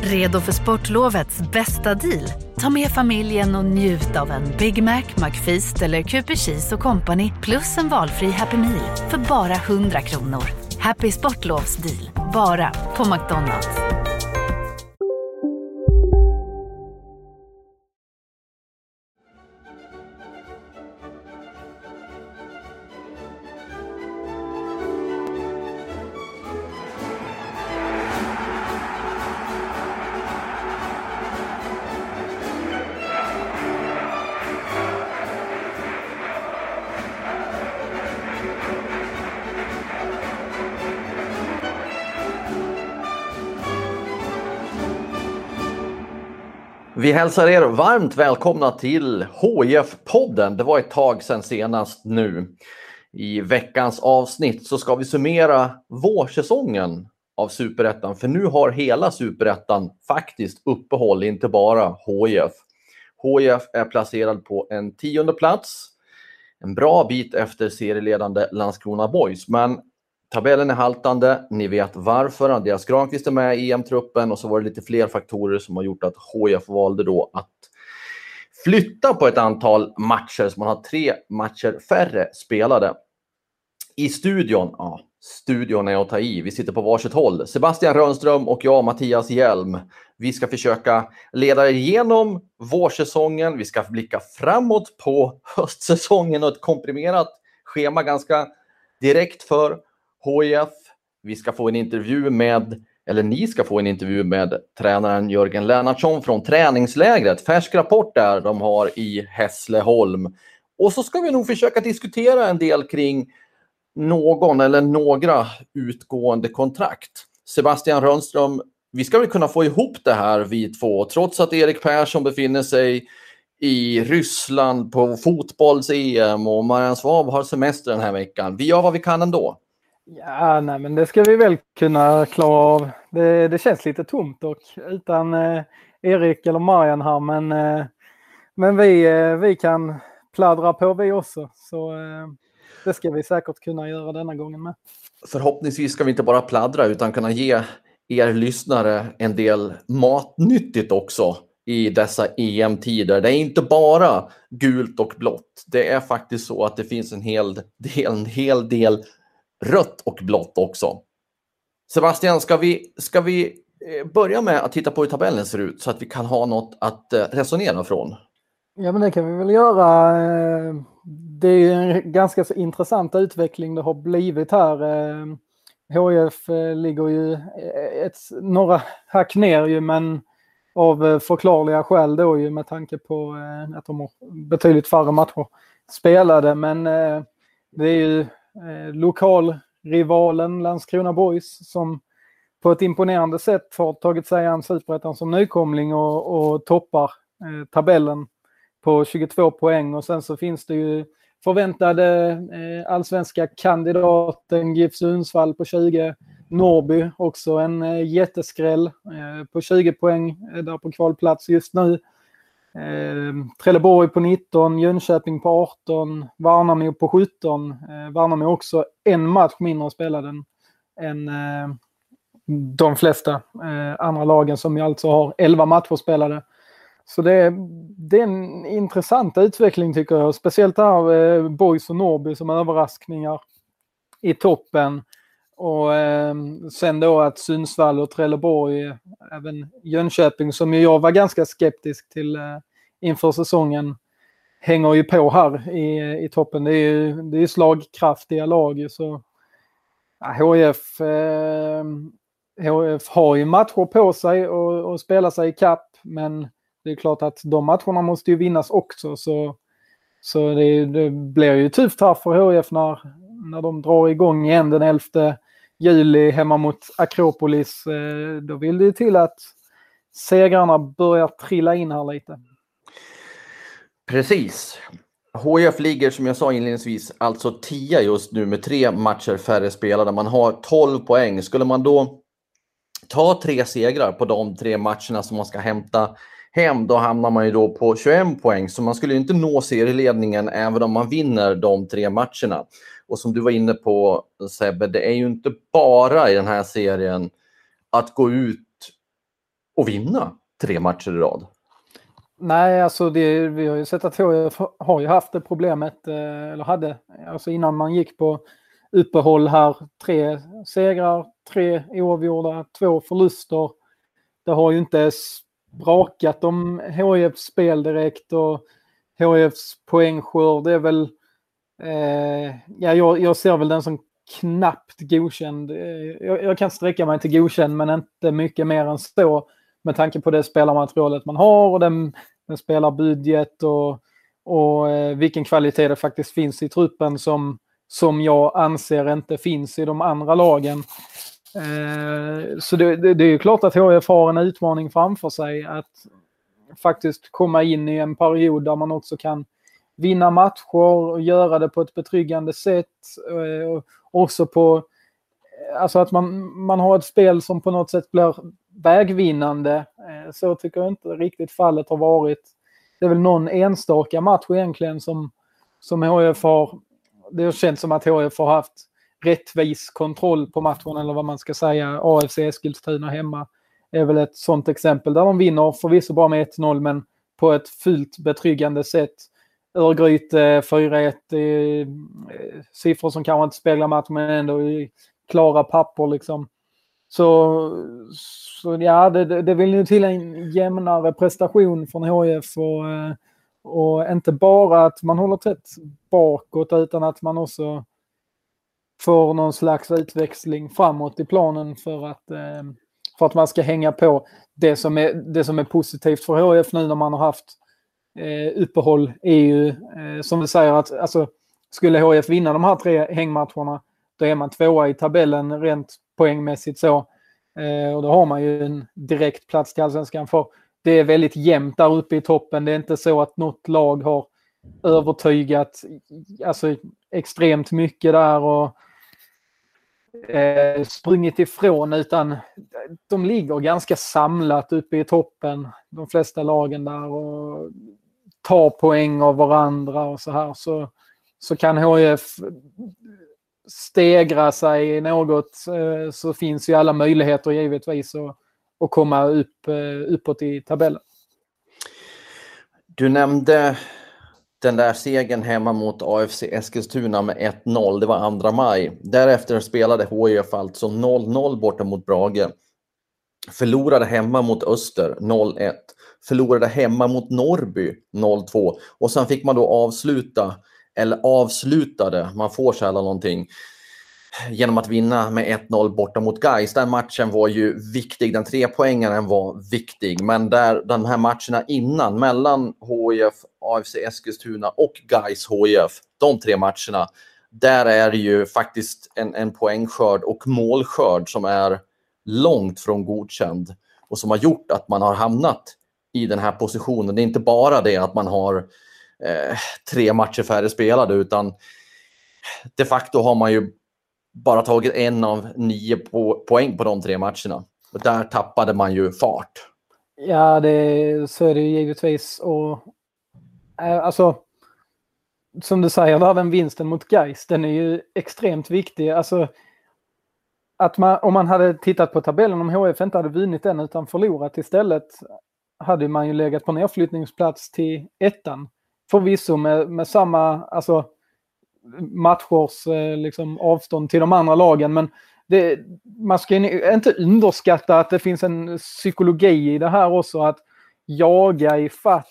Redo för sportlovets bästa deal? Ta med familjen och njut av en Big Mac, McFeast eller Cooper Cheese och Company plus en valfri Happy Meal för bara 100 kronor. Happy Sportlovs deal, bara på McDonald's. Vi hälsar er varmt välkomna till HIF-podden. Det var ett tag sedan senast nu. I veckans avsnitt så ska vi summera vårsäsongen av Superettan. För nu har hela Superettan faktiskt uppehåll, inte bara HIF. HIF är placerad på en 10:e plats. En bra bit efter serieledande Landskrona Boys. Men tabellen är haltande, ni vet varför. Andreas Granqvist är med i EM-truppen och så var det lite fler faktorer som har gjort att HIF valde då att flytta på ett antal matcher. Så man har 3 matcher färre spelade. I studion är att ta i. Vi sitter på varsitt håll. Sebastian Rönnström och jag, Mattias Hjelm. Vi ska försöka leda igenom vårsäsongen. Vi ska blicka framåt på höstsäsongen och ett komprimerat schema ganska direkt för HIF. Vi ska få en intervju med, eller ni ska få en intervju med tränaren Jörgen Lennartsson från träningslägret. Färsk rapport där de har i Hässleholm. Och så ska vi nog försöka diskutera en del kring någon eller några utgående kontrakt. Sebastian Rönnström, vi ska väl kunna få ihop det här vi två. Trots att Erik Persson befinner sig i Ryssland på fotbolls-EM och Marianne Svab har semester den här veckan. Vi gör vad vi kan ändå. Ja, nej, men det ska vi väl kunna klara av. Det känns lite tomt och utan Erik eller Marianne här. Men vi kan pladdra på vi också. Så det ska vi säkert kunna göra denna gången med. Förhoppningsvis ska vi inte bara pladdra utan kunna ge er lyssnare en del matnyttigt också i dessa EM-tider. Det är inte bara gult och blått. Det är faktiskt så att det finns en hel del rött och blått också. Sebastian, ska vi börja med att titta på hur tabellen ser ut så att vi kan ha något att resonera från? Ja, men det kan vi väl göra. Det är en ganska så intressant utveckling det har blivit här. HIF ligger ju några hack ner ju, men av förklarliga skäl då ju med tanke på att de har betydligt färre matcher spelade. Men det är ju lokalrivalen Landskrona Boys som på ett imponerande sätt har tagit sig an Superettan som nykomling och toppar tabellen på 22 poäng. Och sen så finns det ju förväntade allsvenska kandidaten GIF Sundsvall på 20. Norrby också en jätteskräll på 20 poäng där på kvalplats just nu. Trelleborg på 19, Jönköping på 18, Värnamo på 17. Värnamo också en match mindre spelade än de flesta andra lagen som ju alltså har 11 matcher spelade. Så det är en intressant utveckling tycker jag. Speciellt här Boys och Norrby som överraskningar i toppen. Och sen då att Sundsvall och Trelleborg, även Jönköping som ju jag var ganska skeptisk till inför säsongen, hänger ju på här i toppen. Det är ju slagkraftiga lag. Så HIF har ju matcher på sig och spela sig i kapp, men det är klart att de matcherna måste ju vinnas också. Så det blir ju tufft här för HIF när de drar igång igen den 11 juli hemma mot Akropolis. Då vill det ju till att segrarna börjar trilla in här lite. Precis. HIF ligger som jag sa inledningsvis alltså 10 just nu med 3 matcher färre spelade. Man har 12 poäng. Skulle man då ta 3 segrar på de 3 matcherna som man ska hämta hem, då hamnar man ju då på 21 poäng. Så man skulle ju inte nå serieledningen även om man vinner de 3 matcherna. Och som du var inne på, Sebbe, det är ju inte bara i den här serien att gå ut att vinna 3 matcher i rad. Nej, alltså vi har ju sett att HIF har ju haft det problemet, eller hade, alltså innan man gick på uppehåll här, 3 segrar, 3 oavgjorda, 2 förluster. Det har ju inte sprakat om HIFs spel direkt och HIFs poängskörd. Det är väl, jag ser väl den som knappt godkänd. Jag kan sträcka mig till godkänd, men inte mycket mer än så med tanke på det spelarmaterialet man har och den spelarbudget och vilken kvalitet det faktiskt finns i truppen som jag anser inte finns i de andra lagen. Så det är ju klart att HIF har en utmaning framför sig att faktiskt komma in i en period där man också kan vinna matcher och göra det på ett betryggande sätt. Också på, alltså att man har ett spel som på något sätt blir vägvinnande. Så tycker jag inte riktigt fallet har varit. Det är väl någon enstaka match egentligen som HIF har, det har känts som att HIF har haft rättvis kontroll på matchen, eller vad man ska säga. AFC Eskilstuna hemma är väl ett sånt exempel där de vinner förvisso bara med 1-0, men på ett fullt betryggande sätt. Örgryte 4-1, siffror som kanske inte speglar matchen, men ändå i klara papper liksom. Så ja, det vill ju till en jämnare prestation från HIF och inte bara att man håller tätt bakåt, utan att man också får någon slags utväxling framåt i planen för att man ska hänga på det som är positivt för HIF nu när man har haft uppehåll. Är ju som du säger att alltså, skulle HIF vinna de här 3 hängmatcherna, då är man 2:a i tabellen rent poängmässigt så. Och då har man ju en direkt plats till Allsvenskan, för det är väldigt jämnt där uppe i toppen. Det är inte så att något lag har övertygat alltså extremt mycket där och sprungit ifrån, utan de ligger ganska samlat uppe i toppen, de flesta lagen där, och tar poäng av varandra och så här. Så kan HIF stegra sig något, så finns ju alla möjligheter givetvis att komma uppåt i tabellen. Du nämnde den där segern hemma mot AFC Eskilstuna med 1-0, det var 2 maj. Därefter spelade HIF alltså 0-0 borta mot Brage. Förlorade hemma mot Öster 0-1. Förlorade hemma mot Norrby 0-2. Och sen fick man då avslutade, man får sällan någonting, genom att vinna med 1-0 borta mot Gais. Den matchen var ju viktig, den 3-poängaren var viktig, men de här matcherna innan, mellan HIF, AFC Eskilstuna och Gais HIF, de 3 matcherna, där är det ju faktiskt en poängskörd och målskörd som är långt från godkänd och som har gjort att man har hamnat i den här positionen. Det är inte bara det att man har 3 matcher färre spelade, utan de facto har man ju bara tagit 1 av 9 poäng på de 3 matcherna. Och där tappade man ju fart. Ja, så är det ju givetvis. Och alltså, som du säger, där den vinsten mot Gais, den är ju extremt viktig. Alltså, om man hade tittat på tabellen, om HIF inte hade vunnit den utan förlorat istället, hade man ju legat på nedflyttningsplats till 1:an. Förvisso med samma alltså, matchers liksom, avstånd till de andra lagen, men man ska inte underskatta att det finns en psykologi i det här också, att jaga i fatt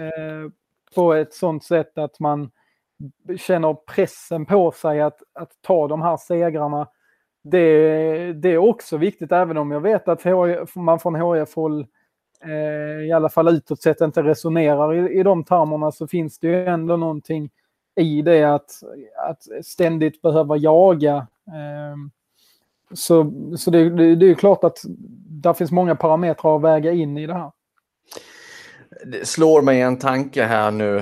på ett sånt sätt att man känner pressen på sig att ta de här segrarna. Det är också viktigt, även om jag vet att man från HIF-håll i alla fall utåt sett inte resonerar i de termerna, så finns det ju ändå någonting i det att ständigt behöva jaga. Så det är ju klart att där finns många parametrar att väga in i det här. Det slår mig en tanke här nu.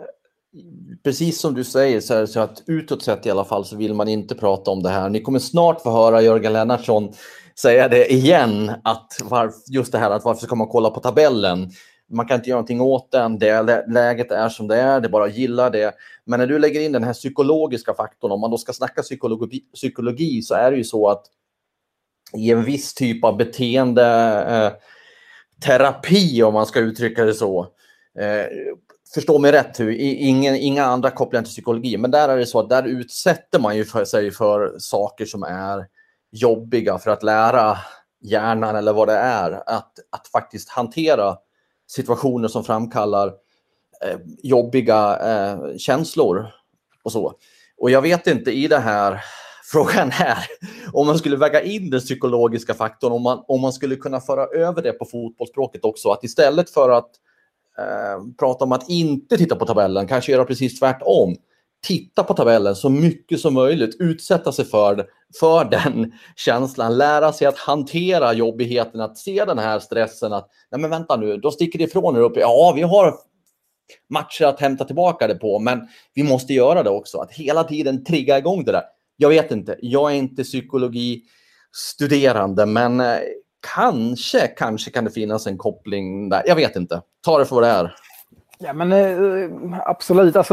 Precis som du säger så är det så att utåt sett i alla fall så vill man inte prata om det här. Ni kommer snart få höra Jörgen Lennartsson säga det igen, att just det här att varför ska man kolla på tabellen? Man kan inte göra någonting åt den, läget är som det är, det är bara att gilla det. Men när du lägger in den här psykologiska faktorn, om man då ska snacka psykologi, så är det ju så att i en viss typ av beteende terapi, om man ska uttrycka det så. Förstå mig rätt, inga andra kopplingar till psykologi, men där är det så att där utsätter man ju sig för saker som är jobbiga för att lära hjärnan eller vad det är att faktiskt hantera situationer som framkallar jobbiga känslor och så. Och jag vet inte i det här frågan här om man skulle väga in den psykologiska faktorn, om man skulle kunna föra över det på fotbollsspråket också, att istället för att prata om att inte titta på tabellen, kanske göra precis tvärtom. Titta på tabellen så mycket som möjligt, utsätta sig för den känslan, lära sig att hantera jobbigheten, att se den här stressen, att nej men vänta nu, då sticker det ifrån här uppe. Ja, vi har matcher att hämta tillbaka det på, men vi måste göra det också, att hela tiden trigga igång det där. Jag vet inte, jag är inte psykologistuderande, men kanske kan det finnas en koppling där. Jag vet inte. Ta det för vad det är. Ja, men absolut. Alltså,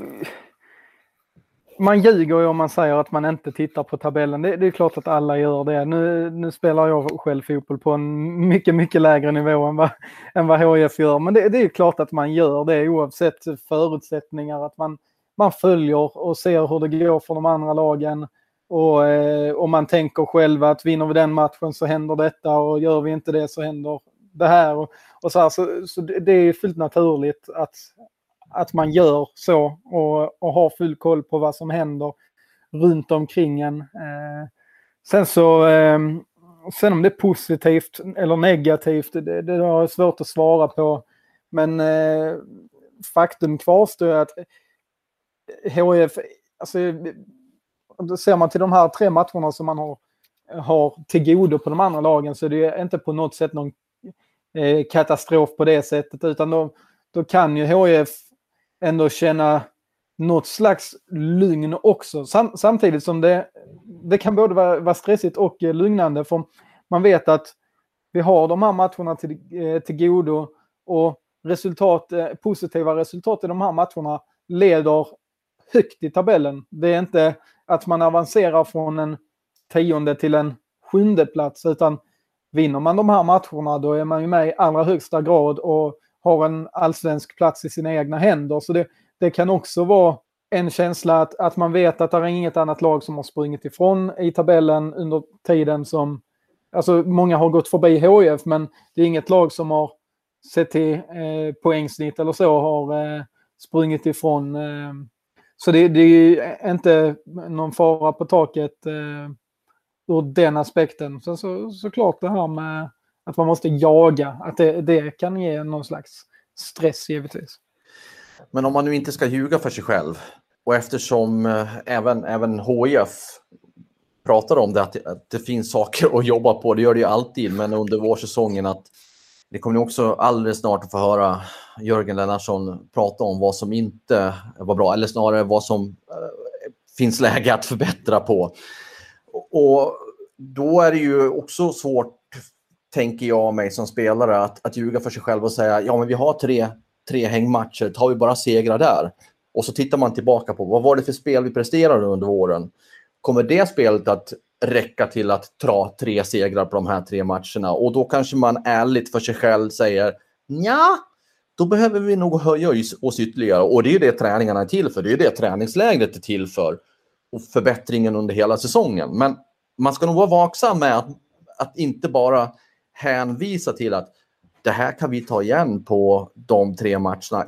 man ljuger ju om man säger att man inte tittar på tabellen. Det är klart att alla gör det. Nu spelar jag själv fotboll på en mycket, mycket lägre nivå än vad HIF gör. Men det är klart att man gör det oavsett förutsättningar. Att man följer och ser hur det går för de andra lagen. Och om man tänker själva att vinner vi den matchen så händer detta, och gör vi inte det så händer det här. Och så här, så det är fullt naturligt att man gör så och har full koll på vad som händer runt omkring en. Sen om det är positivt eller negativt, det är svårt att svara på. Men faktum kvarstår att HIF, alltså, då ser man till de här 3 matcherna som man har till godo på de andra lagen, så det är inte på något sätt någon katastrof på det sättet, utan då kan ju HIF ändå känna något slags lugn också. Samtidigt som det kan både vara stressigt och lugnande, för man vet att vi har de här matcherna till godo, och positiva resultat i de här matcherna leder högt i tabellen. Det är inte att man avancerar från en 10:e till en 7:e plats, utan vinner man de här matcherna, då är man ju med i allra högsta grad och har en allsvensk plats i sina egna händer. Så det kan också vara en känsla att man vet att det är inget annat lag som har sprungit ifrån i tabellen under tiden som, alltså många har gått förbi HIF, men det är inget lag som har sett till poängsnitt eller så har sprungit ifrån. Så det är inte någon fara på taket ur den aspekten. Såklart det här med att man måste jaga, att det kan ge någon slags stress givetvis. Men om man nu inte ska ljuga för sig själv, och eftersom även HIF pratar om det, att det finns saker att jobba på, det gör det ju alltid, men under vårsäsongen att det kommer också alldeles snart att få höra Jörgen Lennartsson prata om vad som inte var bra, eller snarare vad som finns läge att förbättra på. Och då är det ju också svårt, tänker jag mig som spelare, att ljuga för sig själv och säga, ja men vi har tre hängmatcher, tar vi bara segrar där. Och så tittar man tillbaka på, vad var det för spel vi presterade under våren? Kommer det spelet att räcka till att dra 3 segrar på de här 3 matcherna? Och då kanske man ärligt för sig själv säger, ja, då behöver vi nog höja oss ytterligare. Och det är ju det träningarna är till för, det är ju det träningslägret är till för. Och förbättringen under hela säsongen. Men man ska nog vara vaksam med att inte bara hänvisa till att det här kan vi ta igen på de 3 matcherna.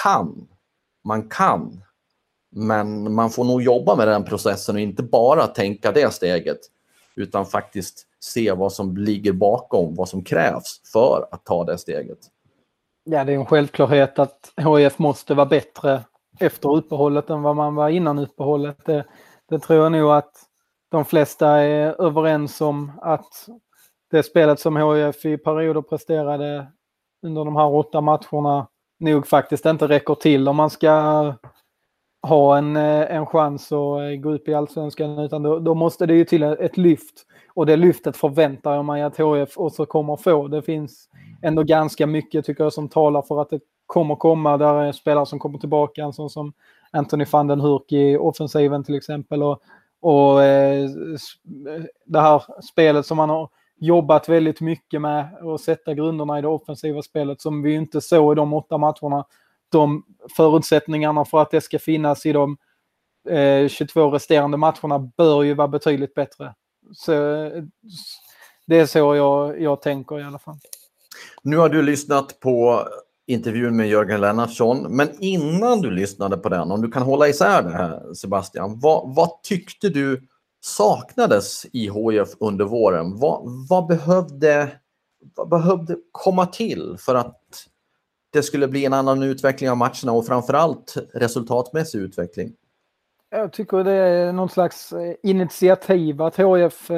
Man kan. Men man får nog jobba med den processen och inte bara tänka det steget, utan faktiskt se vad som ligger bakom, vad som krävs för att ta det steget. Ja, det är en självklarhet att HIF måste vara bättre efter uppehållet än vad man var innan uppehållet. Det tror jag nog att de flesta är överens om, att det spelet som HIF i perioder presterade under de här 8 matcherna nog faktiskt inte räcker till om man ska ha en chans att gå upp i allsvenskan, utan då måste det ju till ett lyft, och det lyftet förväntar jag mig att HIF också kommer få. Det finns ändå ganska mycket, tycker jag, som talar för att det kommer komma. Där är spelare som kommer tillbaka, en sån som Anthony van den Hurk i offensiven till exempel, och det här spelet som man har jobbat väldigt mycket med att sätta grunderna i det offensiva spelet som vi inte såg i de 8 matcherna. De förutsättningarna för att det ska finnas i de 22 resterande matcherna bör ju vara betydligt bättre. Så det är så jag tänker i alla fall. Nu har du lyssnat på intervjun med Jörgen Lennartsson, men innan du lyssnade på den, om du kan hålla isär det här, Sebastian, vad tyckte du saknades i HIF under våren? Vad behövde komma till för att det skulle bli en annan utveckling av matcherna och framförallt resultatmässig utveckling? Jag tycker det är någon slags initiativ att HIF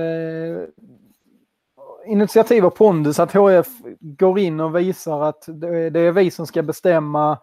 initiativ och pondus, att HIF går in och visar att det är vi som ska bestämma,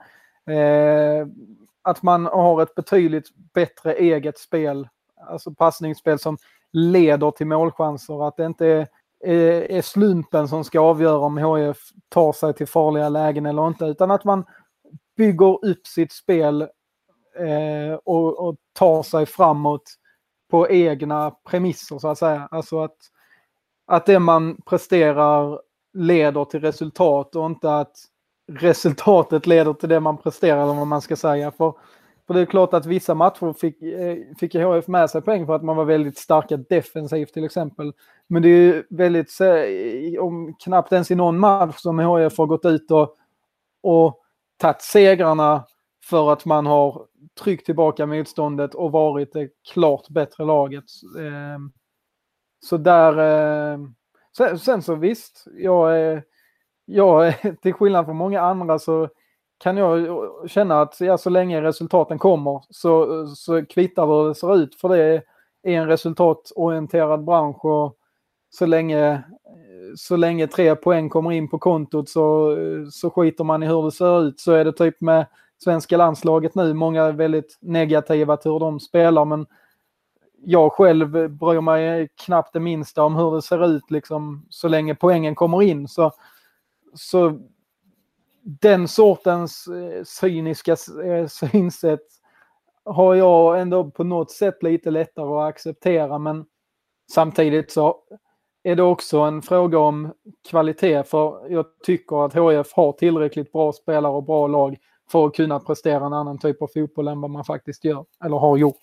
att man har ett betydligt bättre eget spel, alltså passningsspel som leder till målchanser, att det inte är slumpen som ska avgöra om HIF tar sig till farliga lägen eller inte, utan att man bygger upp sitt spel och tar sig framåt på egna premisser så att säga. Alltså att det man presterar leder till resultat och inte att resultatet leder till det man presterar, eller vad man ska säga. För det är klart att vissa matcher fick HIF med sig poäng för att man var väldigt starka defensivt till exempel. Men det är ju väldigt, om knappt ens i någon match som HIF har gått ut och tagit segrarna för att man har tryckt tillbaka motståndet och varit det klart bättre laget. Så där, sen så visst, jag till skillnad från många andra så kan jag känna att så länge resultaten kommer så kvittar hur det ser ut, för det är en resultatorienterad bransch, och så länge 3 poäng kommer in på kontot så skiter man i hur det ser ut. Så är det typ med svenska landslaget nu. Många är väldigt negativa till hur de spelar, men jag själv bryr mig knappt det minsta om hur det ser ut liksom, så länge poängen kommer in. Så den sortens cyniska synsätt har jag ändå på något sätt lite lättare att acceptera, men samtidigt så är det också en fråga om kvalitet, för jag tycker att HIF har tillräckligt bra spelare och bra lag för att kunna prestera en annan typ av fotboll än vad man faktiskt gör eller har gjort.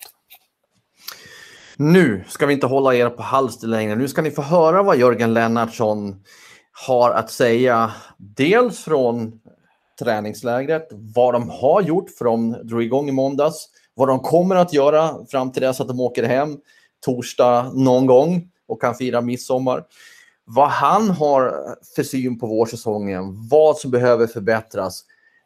Nu ska vi inte hålla er på halster längre. Nu ska ni få höra vad Jörgen Lennartsson har att säga. Dels från träningslägret, vad de har gjort för de drog igång i måndags, vad de kommer att göra fram till dess att de åker hem torsdag någon gång och kan fira midsommar. Vad han har för syn på vårsäsongen, vad som behöver förbättras.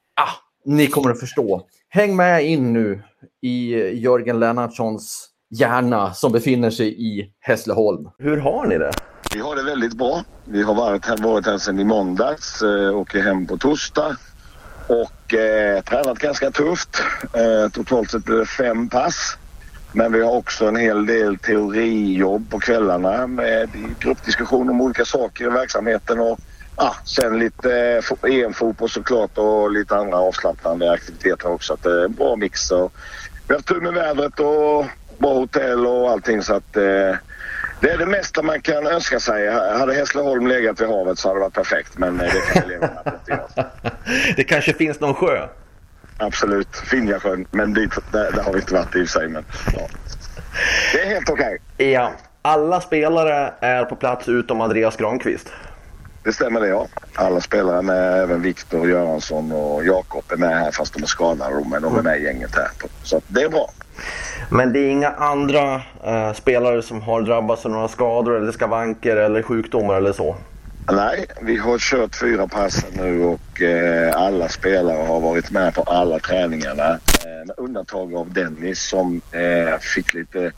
Ni kommer att förstå. Häng med in nu i Jörgen Lennartssons hjärna som befinner sig i Hässleholm. Hur har ni det? Vi har det väldigt bra. Vi har varit här sedan i måndags, åker hem på torsdag och tränat ganska tufft. Totalt sett blir det 5 pass. Men vi har också en hel del teorijobb på kvällarna med gruppdiskussion om olika saker i verksamheten, och sen lite EM-fotboll såklart och lite andra avslappnande aktiviteter också. Att det är en bra mix. Och vi har tur med vädret och bra hotell och allting, så att det är det mesta man kan önska sig. Hade Hässleholm legat vid havet så hade det varit perfekt, men det kan vi leva med. Det kanske finns någon sjö? Absolut, Finjasjön, men där har vi inte varit i sig, men ja. Det är helt okej. Ja, alla spelare är på plats utom Andreas Granqvist. Det stämmer det, ja. Alla spelare med, även Viktor Göransson och Jakob är med här fast de är skadade, men de är med i gänget här. Så det är bra. Men det är inga andra spelare som har drabbats av några skador eller skavanker eller sjukdomar eller så? Nej, vi har kört 4 pass nu och alla spelare har varit med på alla träningarna. Med undantag av Dennis som fick lite...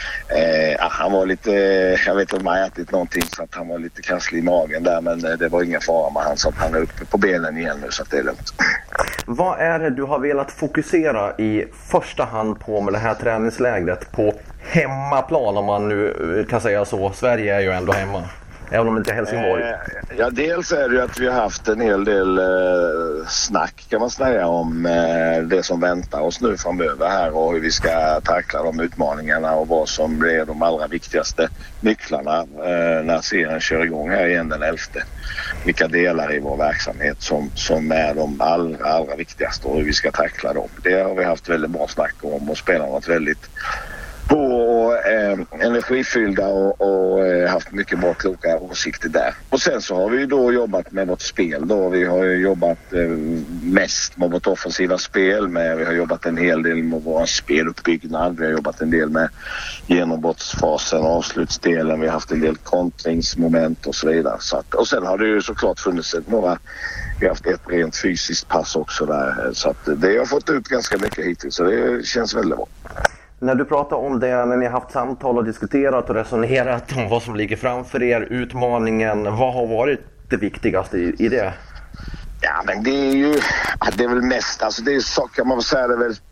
han var lite... Jag vet inte om han ätit någonting, så att han var lite krasslig i magen där. Men det var ingen fara med han, så att han är uppe på benen igen nu, så att det är lugnt. Vad är det du har velat fokusera i första hand på med det här träningslägret på hemmaplan, om man nu kan säga så? Sverige är ju ändå hemma. även om det inte är Helsingborg? Ja, dels är det ju att vi har haft en hel del snack kan man säga om det som väntar oss nu framöver här och hur vi ska tackla de utmaningarna och vad som blir de allra viktigaste nycklarna när serien kör igång här igen den 11. Vilka delar i vår verksamhet som är de allra viktigaste och hur vi ska tackla dem. Det har vi haft väldigt bra snack om och spelarna har varit väldigt på energifyllda och haft mycket bra kloka åsikter där. Och sen så har vi då jobbat med vårt spel då. Vi har jobbat mest med vårt offensiva spel. Vi har jobbat en hel del med vår speluppbyggnad. Vi har jobbat en del med genombrottsfasen, avslutsdelen. Vi har haft en del kontringsmoment och så vidare. Och sen har det ju såklart funnits några. Vi har haft ett rent fysiskt pass också där. Så att det har fått ut ganska mycket hittills. Så det känns väldigt bra. När du pratar om det, när ni har haft samtal och diskuterat och resonerat om vad som ligger framför er, utmaningen, vad har varit det viktigaste i det? Ja, men det är väl mest, alltså det är så kan man väl säga, det är väl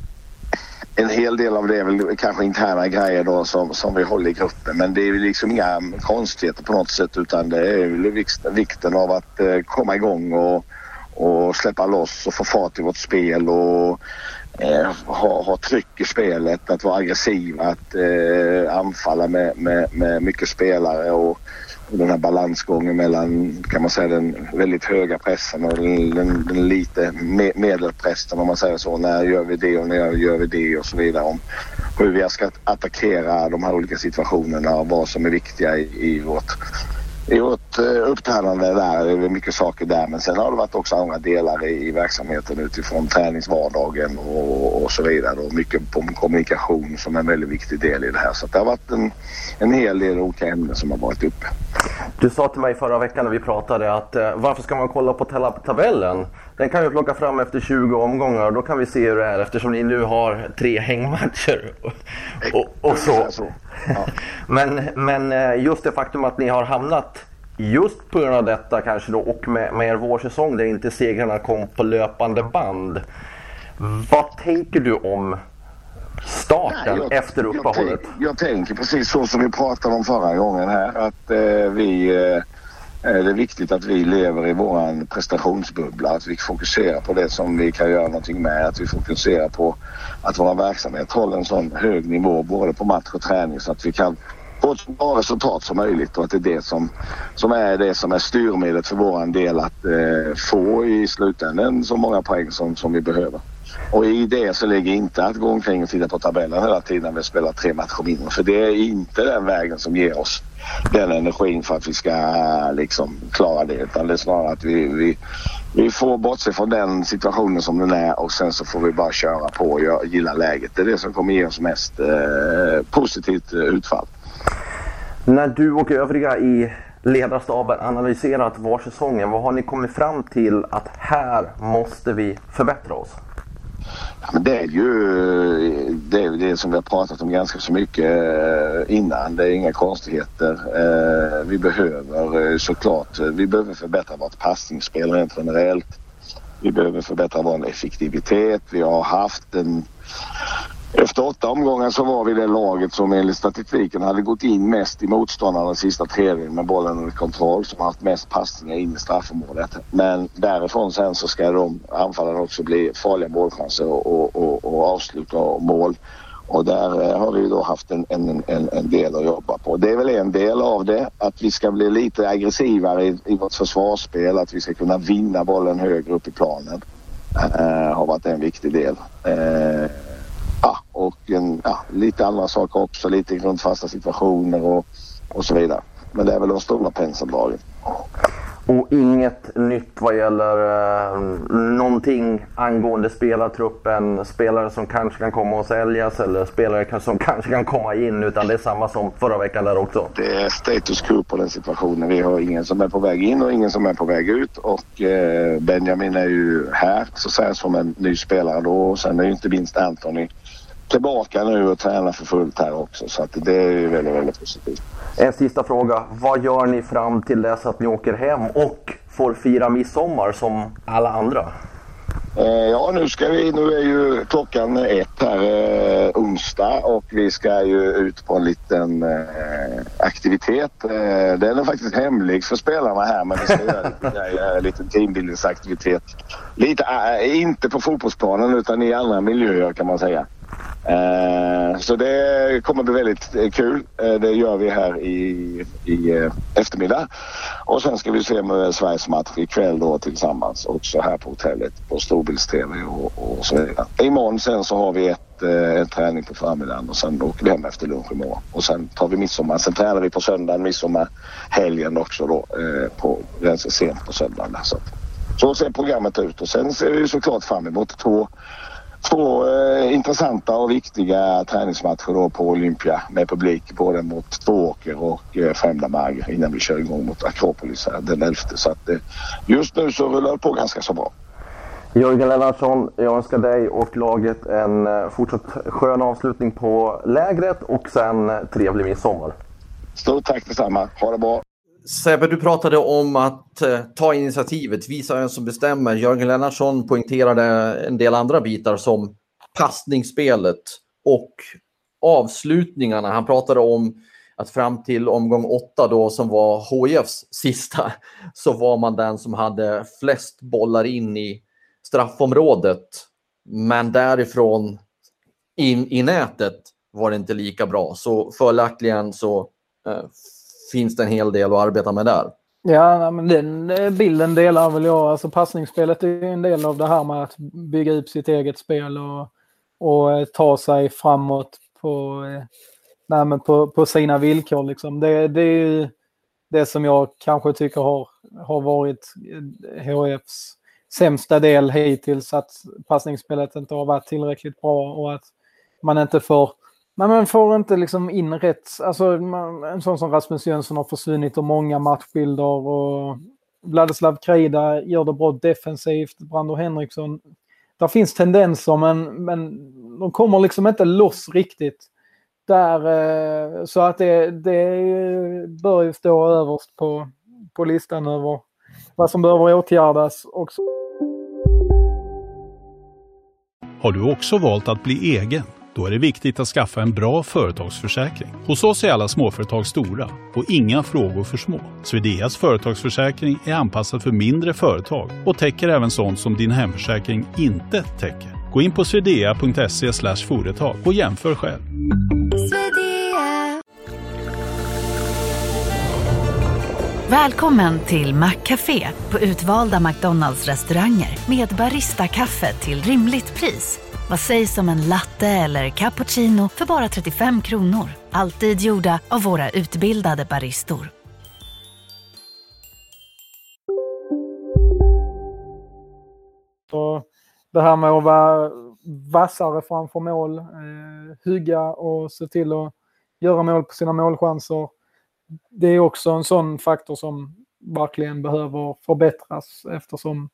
en hel del av det är väl kanske interna grejer då som vi håller i gruppen, men det är ju liksom inga konstigheter på något sätt, utan det är väl vikten av att komma igång och släppa loss och få fart i vårt spel och ha tryck i spelet, att vara aggressiv, att anfalla med mycket spelare och den här balansgången mellan, kan man säga, den väldigt höga pressen och den lite medelpressen, om man säger så. När gör vi det och när gör vi det och så vidare, om hur vi ska attackera de här olika situationerna och vad som är viktiga i vårt uppträdande där. Det är mycket saker där, men sen har det varit också andra delar i verksamheten utifrån träningsvardagen och så vidare, och mycket på kommunikation som är en väldigt viktig del i det här. Så det har varit en hel del olika ämnen som har varit uppe. Du sa till mig förra veckan när vi pratade att varför ska man kolla på tabellen? Den kan vi plocka fram efter 20 omgångar och då kan vi se hur det är, eftersom ni nu har 3 hängmatcher och så. Ja. Men just det faktum att ni har hamnat just på grund av detta kanske då, och med er vårsäsong där inte segrarna kom på löpande band. Vad tänker du om starten efter uppehållet? Jag tänker precis så som vi pratade om förra gången här, att det är viktigt att vi lever i våran prestationsbubbla, att vi fokuserar på det som vi kan göra någonting med, att vi fokuserar på att vår verksamhet håller en sån hög nivå både på match och träning så att vi kan få ett så bra resultat som möjligt, och att det är det som är styrmedlet för våran del att få i slutändan så många poäng som vi behöver. Och i det så ligger inte att gå omkring och titta på tabellen hela tiden när vi spelar 3 matcher mindre, för det är inte den vägen som ger oss den energin för att vi ska liksom klara det, utan det är snarare att vi får bortse från den situationen som den är, och sen så får vi bara köra på och gilla läget. Det är det som kommer ge oss mest positivt utfall. När du och övriga i ledarstaben analyserat vårsäsongen, vad har ni kommit fram till att här måste vi förbättra oss? Ja, men det är ju det som vi har pratat om ganska så mycket innan. Det är inga konstigheter. Vi behöver såklart förbättra vårt passningsspel rent generellt. Vi behöver förbättra vår effektivitet. Vi har haft efter 8 omgångar så var vi det laget som enligt statistiken hade gått in mest i motståndarna den sista tredjedelen med bollen under kontroll, som har haft mest passningar in i straffområdet. Men därifrån sen så ska de anfallarna också bli farliga målchanser och avsluta mål. Och där har vi då haft en del att jobba på. Det är väl en del av det, att vi ska bli lite aggressivare i vårt försvarsspel, att vi ska kunna vinna bollen högre upp i planen. Har varit en viktig del. Och lite andra saker också, lite grundfasta situationer och så vidare. Men det är väl de stora penseldragen. Och inget nytt vad gäller någonting angående spelartruppen, spelare som kanske kan komma och säljas eller spelare som kanske kan komma in, utan det är samma som förra veckan där också? Det är status quo på den situationen. Vi har ingen som är på väg in och ingen som är på väg ut, och Benjamin är ju här så att säga som en ny spelare då, och sen är ju inte minst Anthony tillbaka nu och tränar för fullt här också, så att det är ju väldigt, väldigt positivt. En sista fråga. Vad gör ni fram till dess att ni åker hem och får fira midsommar som alla andra? Nu är ju klockan 1 här onsdag, och vi ska ju ut på en liten aktivitet. Den är faktiskt hemlig för spelarna här, men vi ska göra en liten teambildningsaktivitet. Inte på fotbollsplanen utan i andra miljöer kan man säga. Så det kommer bli väldigt kul. Det gör vi här i eftermiddag. Och sen ska vi se med Sveriges match ikväll då tillsammans också här på hotellet på Storbilds-TV och så vidare. Imorgon sen så har vi en träning på förmiddagen och sen åker vi hem efter lunch imorgon. Och sen tar vi midsommar. Sen tränar vi på söndagen, midsommarhelgen också då ganska sent på söndagen. Så ser programmet ut och sen ser vi såklart fram emot två intressanta och viktiga träningsmatcher då på Olympia med publik både mot Tvååker och Främdamark innan vi kör igång mot Akropolis här den 11. Så att just nu så rullar det på ganska så bra. Jörgen Lennartsson, jag önskar dig och laget en fortsatt skön avslutning på lägret och sen trevlig midsommar. Stort tack detsamma, ha det bra. Sebbe, du pratade om att ta initiativet, visa vem som bestämmer. Jörgen Lennartsson poängterade en del andra bitar som passningsspelet och avslutningarna. Han pratade om att fram till omgång 8 då, som var HIFs sista, så var man den som hade flest bollar in i straffområdet. Men därifrån in i nätet var det inte lika bra. Så följaktligen så finns det en hel del att arbeta med där. Ja, men den bilden delar väl jag. Alltså passningsspelet är en del av det här med att bygga upp sitt eget spel och ta sig framåt på sina villkor. Liksom. Det är ju det som jag kanske tycker har varit HIFs sämsta del hittills, att passningsspelet inte har varit tillräckligt bra och att man inte får... Men man får inte liksom in rätt. Alltså en sån som Rasmus Jönsson har försvunnit och många matchbilder och Vladislav Krejda gör det bra defensivt. Brando Henriksson. Där finns tendenser men de kommer liksom inte loss riktigt. Där, så att det bör ju stå överst på listan över vad som behöver åtgärdas också. Har du också valt att bli egen? Då är det viktigt att skaffa en bra företagsförsäkring. Hos oss är alla småföretag stora och inga frågor för små. Swedeas företagsförsäkring är anpassad för mindre företag och täcker även sånt som din hemförsäkring inte täcker. Gå in på swedea.se/företag och jämför själv. Välkommen till Maccafé på utvalda McDonalds-restauranger med barista-kaffe till rimligt pris. Vad sägs om en latte eller cappuccino för bara 35 kronor? Alltid gjorda av våra utbildade baristor. Så det här med att vara vassare framför mål, hygga och se till att göra mål på sina målchanser. Det är också en sån faktor som verkligen behöver förbättras eftersom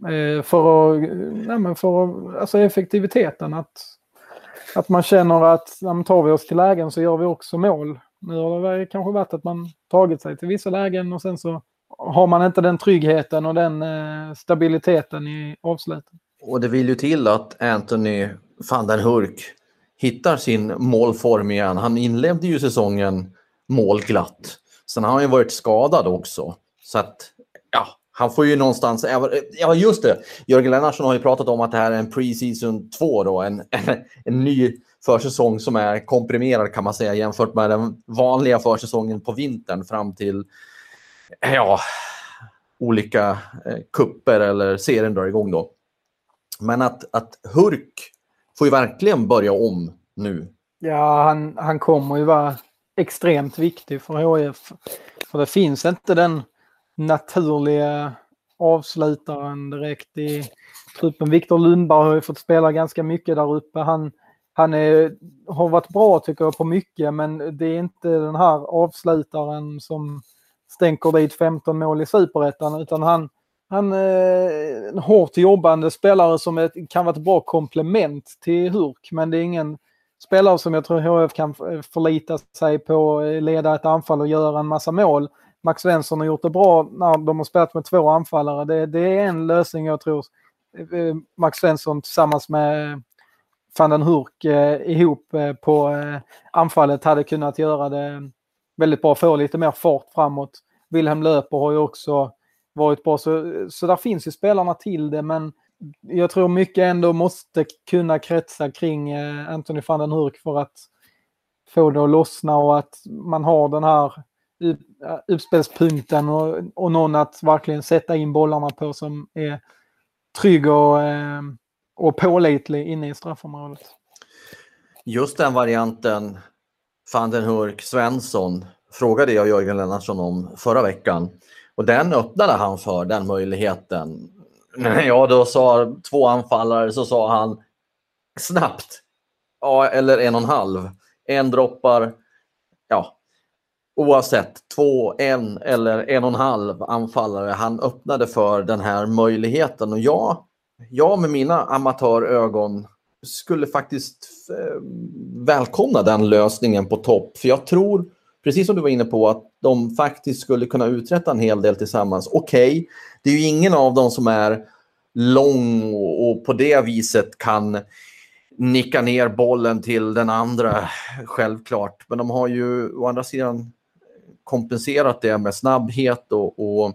alltså effektiviteten att man känner att när man tar vi oss till lägen så gör vi också mål. Nu har det kanske varit att man tagit sig till vissa lägen och sen så har man inte den tryggheten och den stabiliteten i avslutet. Och det vill ju till att Anthony van den Hurk hittar sin målform igen. Han inledde ju säsongen målglatt. Sen har han ju varit skadad också. Så att, ja, han får ju någonstans... Ja, just det. Jörgen Lennartsson har ju pratat om att det här är en pre-season 2 då. En ny försäsong som är komprimerad kan man säga jämfört med den vanliga försäsongen på vintern fram till olika kupper eller serien drar igång då. Men att Hurk får ju verkligen börja om nu. Ja, han kommer ju vara extremt viktig för HIF. För det finns inte den naturliga avslutaren direkt i truppen. Viktor Lundberg har ju fått spela ganska mycket där uppe. Han har varit bra tycker jag på mycket, men det är inte den här avslutaren som stänker dit 15 mål i Superettan, utan han är en hårt jobbande spelare som kan vara ett bra komplement till Hurk, men det är ingen spelare som jag tror HF kan förlita sig på, leda ett anfall och göra en massa mål. Max Svensson har gjort det bra när de har spelat med 2 anfallare. Det är en lösning jag tror Max Svensson tillsammans med van den Hurk ihop på anfallet hade kunnat göra det väldigt bra, få lite mer fart framåt. Wilhelm Löper har ju också varit bra, så där finns ju spelarna till det, men jag tror mycket ändå måste kunna kretsa kring Anthony van den Hurk för att få det att lossna, och att man har den här uppspelspunkten och någon att verkligen sätta in bollarna på som är trygg och pålitlig inne i straffområdet. Just den varianten van den Hurk Svensson frågade jag Jörgen Lennartsson om förra veckan, och den öppnade han för, den möjligheten. Ja, då sa 2 anfallare, så sa han snabbt, ja, eller 1,5. En droppar, ja, oavsett 2, 1 eller 1,5 anfallare. Han öppnade för den här möjligheten, och jag med mina amatörögon skulle faktiskt välkomna den lösningen på topp. För jag tror, precis som du var inne på, att de faktiskt skulle kunna uträtta en hel del tillsammans. Okej, det är ju ingen av dem som är lång och på det viset kan nicka ner bollen till den andra, självklart. Men de har ju å andra sidan kompenserat det med snabbhet och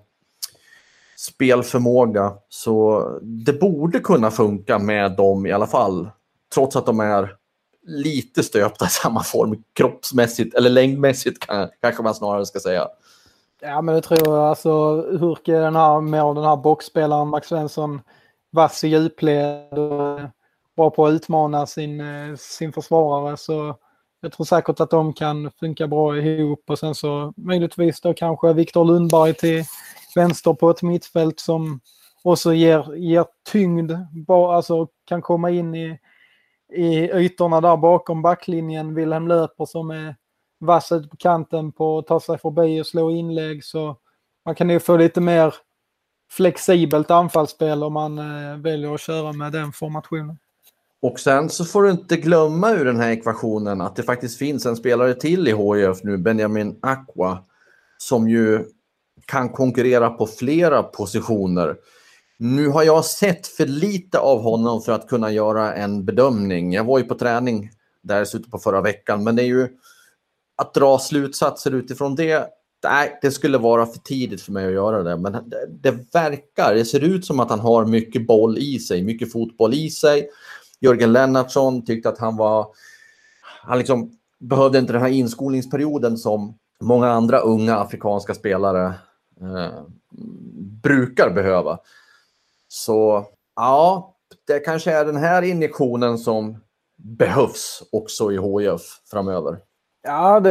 spelförmåga. Så det borde kunna funka med dem i alla fall. Trots att de är lite stöpta i samma form kroppsmässigt, eller längdmässigt kanske man snarare ska säga. Ja, men det tror jag. Alltså, Hurk är den här boxspelaren, Max Svensson, vass i djupled och bra på att utmana sin försvarare. Så jag tror säkert att de kan funka bra ihop. Och sen så möjligtvis då kanske Viktor Lundberg till vänster på ett mittfält som också ger tyngd. Alltså kan komma in i ytorna där bakom backlinjen. Wilhelm Löper som är vass ut på kanten på att ta sig förbi och slå inlägg. Så man kan ju få lite mer flexibelt anfallsspel om man väljer att köra med den formationen. Och sen så får du inte glömma ur den här ekvationen att det faktiskt finns en spelare till i HIF nu, Benjamin Aqua, som ju kan konkurrera på flera positioner. Nu har jag sett för lite av honom för att kunna göra en bedömning. Jag var ju på träning där i slutet på förra veckan, men det är ju att dra slutsatser utifrån det. Nej, det skulle vara för tidigt för mig att göra det. Men det ser ut som att han har mycket boll i sig, mycket fotboll i sig. Jörgen Lennartsson tyckte att han liksom behövde inte den här inskolningsperioden som många andra unga afrikanska spelare brukar behöva. Så ja, det kanske är den här injektionen som behövs också i HIF framöver. Ja,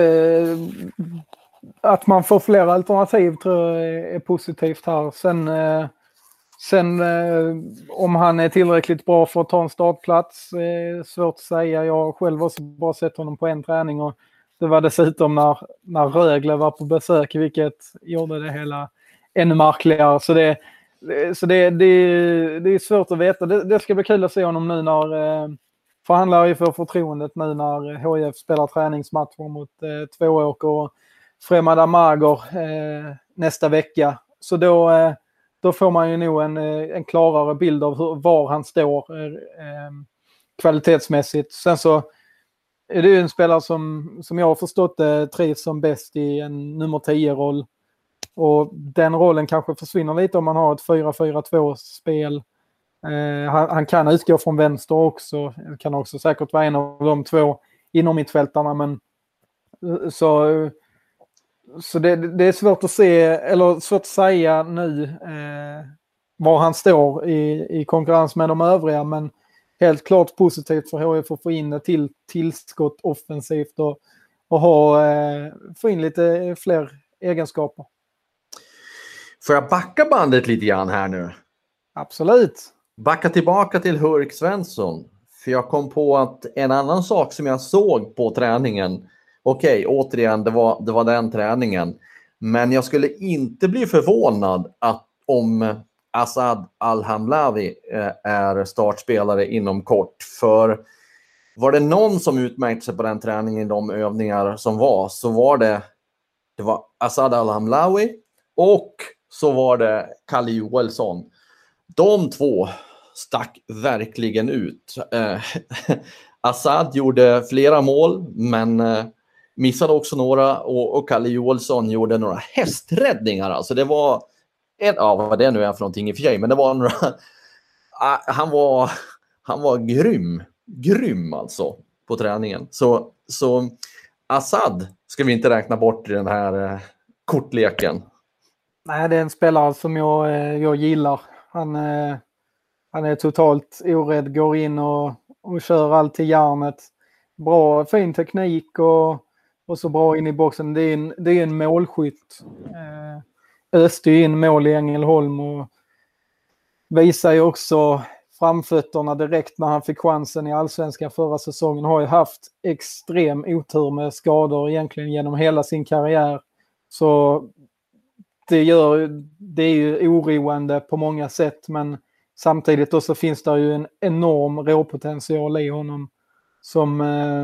att man får fler alternativ tror jag är positivt här. Sen om han är tillräckligt bra för att ta en startplats är svårt att säga. Jag har själv också bara sett honom på en träning, och det var dessutom när Rögle var på besök, vilket gjorde det hela ännu märkligare. Så det är svårt att veta. Det ska bli kul att se honom nu när förhandlar ju för förtroendet nu när HIF spelar träningsmatcher mot Tvååker och Fremad Amager nästa vecka. Så då får man ju nog en klarare bild av var han står kvalitetsmässigt. Sen så är det ju en spelare som jag har förstått trivs som bäst i en nummer 10-roll. Och den rollen kanske försvinner lite om man har ett 4-4-2-spel. Han kan utgå från vänster också. Kan också säkert vara en av de 2 inom mittfältarna. Men så det är svårt att se, eller svårt att säga nu var han står i konkurrens med de övriga. Men helt klart positivt för HIF att få in ett tillskott offensivt och få in lite fler egenskaper. Får jag backa bandet lite grann här nu? Absolut. Backa tillbaka till Hurk Svensson. För jag kom på att en annan sak som jag såg på träningen. Okej, återigen, det var den träningen. Men jag skulle inte bli förvånad om Asad Al-Hamlawi är startspelare inom kort. För var det någon som utmärkte sig på den träningen i de övningar som var, så var det var Asad Al-Hamlawi och så var det Kalle Joelsson. De 2 stack verkligen ut. Asad gjorde flera mål, men missade också några och Kalle Joelsson gjorde några hästräddningar. Alltså det var vad det nu är för någonting i och för sig, men det var några han var grym alltså på träningen. Så Assad ska vi inte räkna bort i den här kortleken. Nej, det är en spelare som jag gillar. Han är totalt orädd, går in och kör allt till järnet. Bra, fin teknik och så bra in i boxen. Det är en målskytt. Öste in mål i Ängelholm och visar ju också framfötterna direkt när han fick chansen i Allsvenskan förra säsongen. Har ju haft extrem otur med skador egentligen genom hela sin karriär. Så det är ju oroande på många sätt, men samtidigt också finns det ju en enorm råpotential i honom som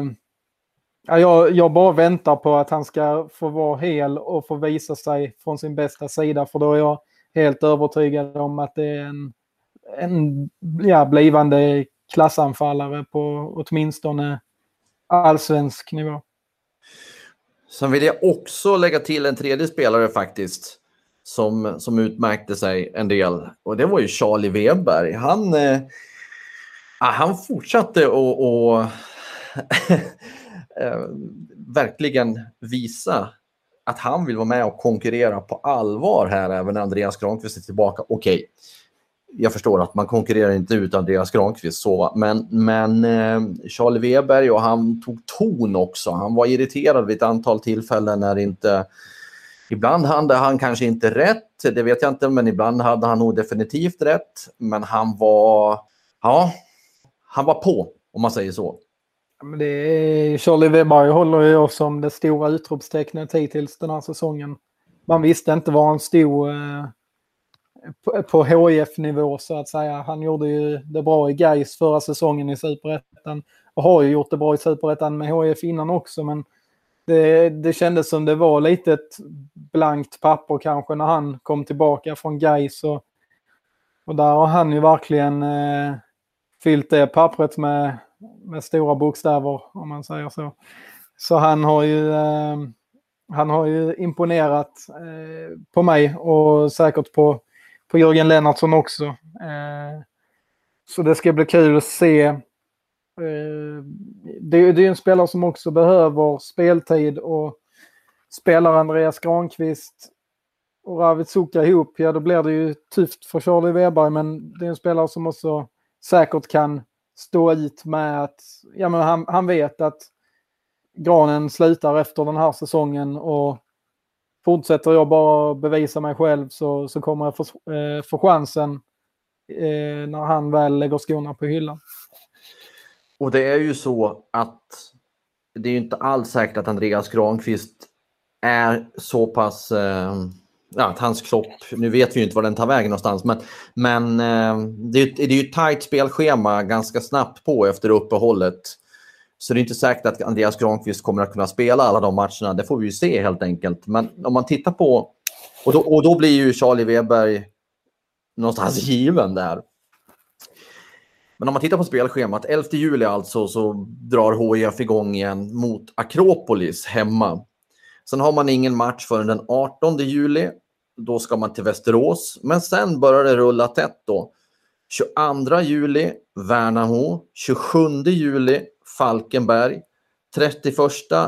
jag bara väntar på att han ska få vara hel och få visa sig från sin bästa sida, för då är jag helt övertygad om att det är en blivande klassanfallare på åtminstone allsvensk nivå. Sen vill jag också lägga till en tredje spelare faktiskt som utmärkte sig en del, och det var ju Charlie Weberg. Han fortsatte att verkligen visa att han vill vara med och konkurrera på allvar här, även när Andreas Granqvist är tillbaka. Okej, jag förstår att man konkurrerar inte ut Andreas Granqvist så, men Charlie Weberg, och han tog ton också. Han var irriterad vid ett antal tillfällen när inte, ibland hade han kanske inte rätt, det vet jag inte, men ibland hade han nog definitivt rätt. Men han var på, om man säger så. Men det är, Charlie Weberg håller ju också som det stora utropstecknet hittills den här säsongen. Man visste inte var han stod på HIF-nivå så att säga. Han gjorde ju det bra i Gais förra säsongen i Superettan och har ju gjort det bra i Superettan med HIF innan också, men det kändes som det var lite ett blankt papper kanske när han kom tillbaka från Gais, och där har han ju verkligen fyllt det pappret med stora bokstäver, om man säger så. Så han har ju imponerat på mig och säkert på Jörgen Lennartsson också. Så det ska bli kul att se. Det är en spelare som också behöver speltid, och spelar Andreas Granqvist och Ravid Suka ihop, ja då blir det ju tufft för Charlie Weberg, men det är en spelare som också säkert kan stå ut med att han vet att Granen slutar efter den här säsongen, och fortsätter jag bara bevisa mig själv så kommer jag få chansen när han väl lägger skorna på hyllan. Och det är ju så att det är ju inte alls säkert att Andreas Granqvist är så pass att hans kropp, nu vet vi ju inte var den tar vägen någonstans, men det är ju ett tajt spelschema ganska snabbt på efter uppehållet. Så det är inte säkert att Andreas Granqvist kommer att kunna spela alla de matcherna. Det får vi ju se helt enkelt. Men om man tittar på, och då blir ju Charlie Weberg någonstans given där. Men om man tittar på spelschemat, 11 juli alltså, så drar HIF igång igen mot Akropolis hemma. Sen har man ingen match förrän den 18 juli. Då ska man till Västerås. Men sen börjar det rulla tätt då. 22 juli, Värnamo. 27 juli, Falkenberg. 31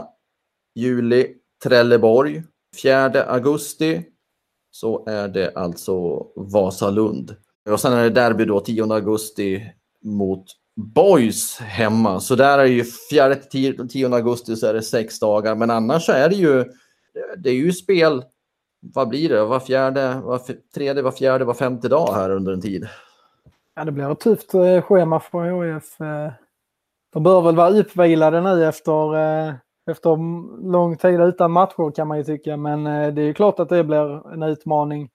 juli, Trelleborg. 4 augusti så är det alltså Vasalund. Och sen är det derby då 10 augusti mot Boys hemma. Så där är ju 4-10 augusti så är det 6 dagar. Men annars så är det är ju spel, vad blir det? Var fjärde, var femte dag här under en tid. Ja, det blir ett tufft schema för HIF. De bör väl vara uppvilade nu efter lång tid utan matcher kan man ju tycka. Men det är ju klart att det blir en utmaning.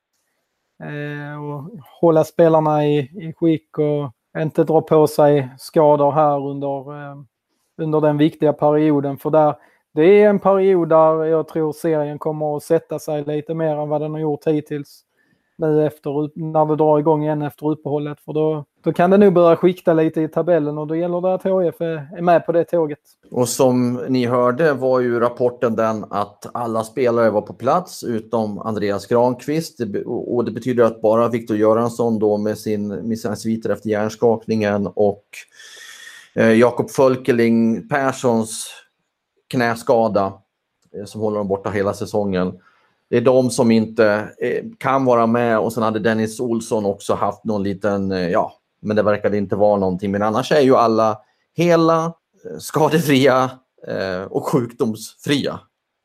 Och hålla spelarna i skick och inte dra på sig skador här under den viktiga perioden. För det är en period där jag tror serien kommer att sätta sig lite mer än vad den har gjort hittills. Nu när det drar igång igen efter uppehållet. För då kan det nog börja skikta lite i tabellen och då gäller det att HIF är med på det tåget. Och som ni hörde var ju rapporten den att alla spelare var på plats utom Andreas Granqvist. Och det betyder att bara Viktor Göransson då med sina sviter efter hjärnskakningen och Jakob Fölkeling Perssons knäskada som håller dem borta hela säsongen. Det är de som inte kan vara med, och sen hade Dennis Olsson också haft någon liten, men det verkade inte vara någonting. Men annars är ju alla hela, skadefria och sjukdomsfria.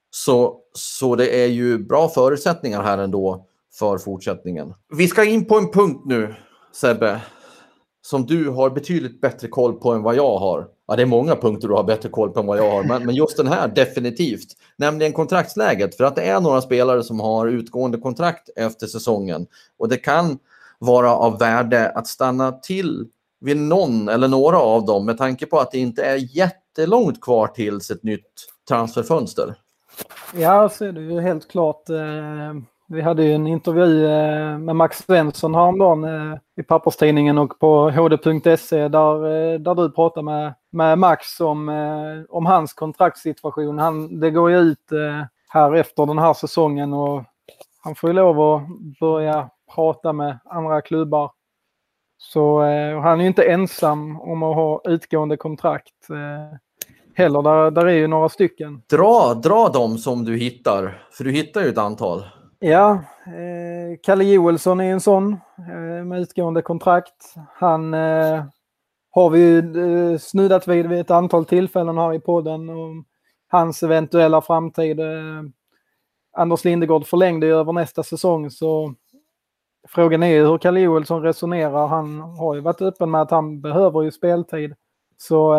Så det är ju bra förutsättningar här ändå för fortsättningen. Vi ska in på en punkt nu, Sebbe, som du har betydligt bättre koll på än vad jag har. Ja, det är många punkter du har bättre koll på än vad jag har, men just den här definitivt. Nämligen kontraktsläget, för att det är några spelare som har utgående kontrakt efter säsongen. Och det kan vara av värde att stanna till vid någon eller några av dem med tanke på att det inte är jättelångt kvar tills ett nytt transferfönster. Ja, så är det ju helt klart. Vi hade ju en intervju med Max Svensson häromdagen i papperstidningen och på hd.se där du pratade med Max om hans kontraktssituation. Det går ju ut här efter den här säsongen och han får ju lov att börja prata med andra klubbar. Så han är ju inte ensam om att ha utgående kontrakt heller. Där är ju några stycken. Dra dem som du hittar, för du hittar ju ett antal. Ja, Kalle Joelsson är en sån med utgående kontrakt. Han har vi ju snuddat vid ett antal tillfällen här i podden om hans eventuella framtid. Anders Lindegård förlängde ju över nästa säsong, så frågan är hur Kalle Joelsson resonerar. Han har ju varit öppen med att han behöver ju speltid. Så